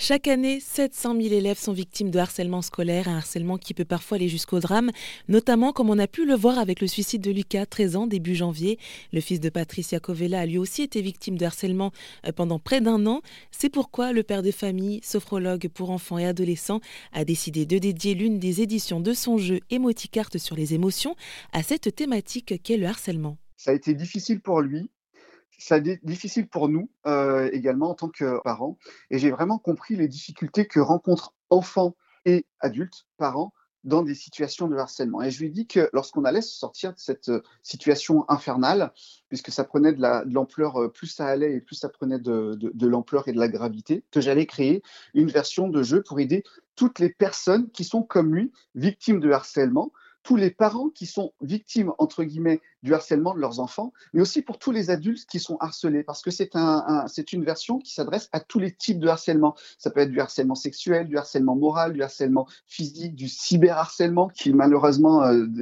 Chaque année, 700 000 élèves sont victimes de harcèlement scolaire, un harcèlement qui peut parfois aller jusqu'au drame, notamment comme on a pu le voir avec le suicide de Lucas, 13 ans, début janvier. Le fils de Patricia Covella a lui aussi été victime de harcèlement pendant près d'un an. C'est pourquoi le père de famille, sophrologue pour enfants et adolescents, a décidé de dédier l'une des éditions de son jeu Émoticarte sur les émotions à cette thématique qu'est le harcèlement. Ça a été difficile pour lui, ça a été difficile pour nous, également en tant que parents et j'ai vraiment compris les difficultés que rencontrent enfants et adultes, parents, dans des situations de harcèlement et je lui ai dit que lorsqu'on allait se sortir de cette, situation infernale, puisque ça prenait de l'ampleur, plus ça allait et plus ça prenait de l'ampleur et de la gravité, que j'allais créer une version de jeu pour aider toutes les personnes qui sont comme lui, victimes de harcèlement, tous les parents qui sont victimes, entre guillemets, du harcèlement de leurs enfants, mais aussi pour tous les adultes qui sont harcelés, parce que c'est une version qui s'adresse à tous les types de harcèlement. Ça peut être du harcèlement sexuel, du harcèlement moral, du harcèlement physique, du cyberharcèlement qui malheureusement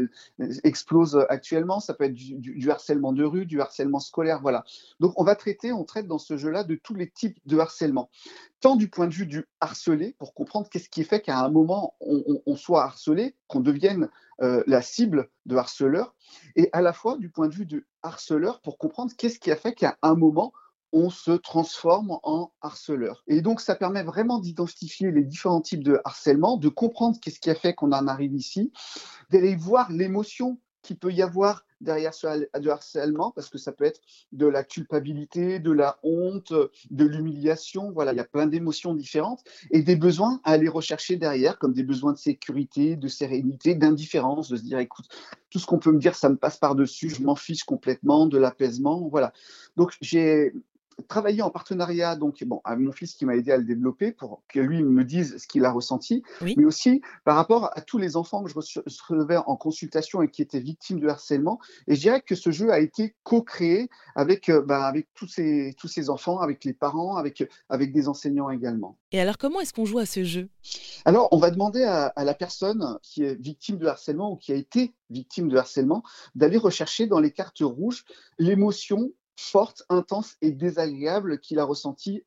explose actuellement. Ça peut être du harcèlement de rue, du harcèlement scolaire, voilà. Donc on traite dans ce jeu-là de tous les types de harcèlement. Tant du point de vue du harcelé, pour comprendre qu'est-ce qui fait qu'à un moment on soit harcelé, qu'on devienne la cible de harceleurs, et à la fois du point de vue du harceleur pour comprendre qu'est-ce qui a fait qu'à un moment on se transforme en harceleur. Et donc ça permet vraiment d'identifier les différents types de harcèlement, de comprendre qu'est-ce qui a fait qu'on en arrive ici, d'aller voir l'émotion qu'il peut y avoir derrière ce harcèlement, parce que ça peut être de la culpabilité, de la honte, de l'humiliation, voilà, il y a plein d'émotions différentes, et des besoins à aller rechercher derrière, comme des besoins de sécurité, de sérénité, d'indifférence, de se dire, écoute, tout ce qu'on peut me dire, ça me passe par-dessus, je m'en fiche complètement, de l'apaisement, voilà. Donc j'ai travaillé en partenariat donc bon, avec mon fils qui m'a aidé à le développer pour que lui me dise ce qu'il a ressenti, Oui. mais aussi par rapport à tous les enfants que je recevais en consultation et qui étaient victimes de harcèlement. Et je dirais que ce jeu a été co-créé avec, avec tous ces enfants, avec les parents, avec des enseignants également. Et alors comment est-ce qu'on joue à ce jeu? Alors, on va demander à la personne qui est victime de harcèlement ou qui a été victime de harcèlement d'aller rechercher dans les cartes rouges l'émotion forte, intense et désagréable qu'il a ressentie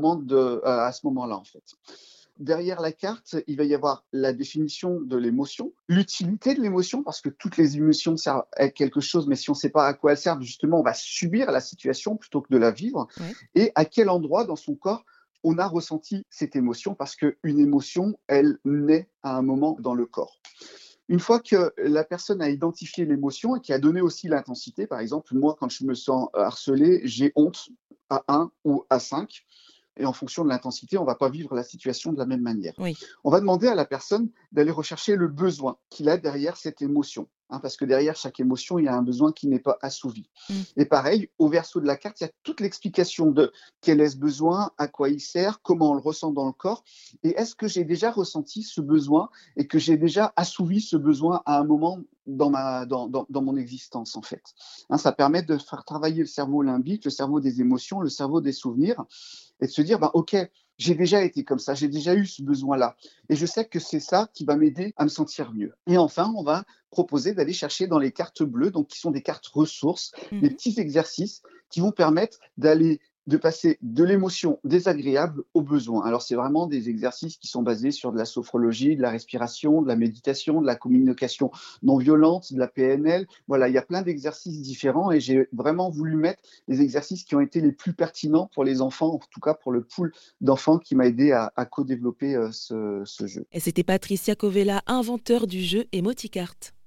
à ce moment-là, en fait. Derrière la carte, il va y avoir la définition de l'émotion, l'utilité de l'émotion, parce que toutes les émotions servent à quelque chose, mais si on ne sait pas à quoi elles servent, justement, on va subir la situation plutôt que de la vivre, Ouais. et à quel endroit dans son corps on a ressenti cette émotion, parce qu'une émotion, elle naît à un moment dans le corps. Une fois que la personne a identifié l'émotion et qui a donné aussi l'intensité, par exemple, moi, quand je me sens harcelé, j'ai honte à 1 ou à 5. Et en fonction de l'intensité, on ne va pas vivre la situation de la même manière. Oui. On va demander à la personne d'aller rechercher le besoin qu'il a derrière cette émotion, hein, parce que derrière chaque émotion, il y a un besoin qui n'est pas assouvi. Mmh. Et pareil, au verso de la carte, il y a toute l'explication de quel est ce besoin, à quoi il sert, comment on le ressent dans le corps, et est-ce que j'ai déjà ressenti ce besoin et que j'ai déjà assouvi ce besoin à un moment dans mon existence, en fait. Hein, ça permet de faire travailler le cerveau limbique, le cerveau des émotions, le cerveau des souvenirs, et de se dire, OK, j'ai déjà été comme ça, j'ai déjà eu ce besoin-là. Et je sais que c'est ça qui va m'aider à me sentir mieux. Et enfin, on va proposer d'aller chercher dans les cartes bleues, donc qui sont des cartes ressources, des Mmh. petits exercices qui vont permettre de passer de l'émotion désagréable au besoin. Alors, c'est vraiment des exercices qui sont basés sur de la sophrologie, de la respiration, de la méditation, de la communication non violente, de la PNL. Voilà, il y a plein d'exercices différents et j'ai vraiment voulu mettre les exercices qui ont été les plus pertinents pour les enfants, en tout cas pour le pool d'enfants qui m'a aidé à co-développer ce jeu. Et c'était Patricia Covella, inventeur du jeu Émoticarte.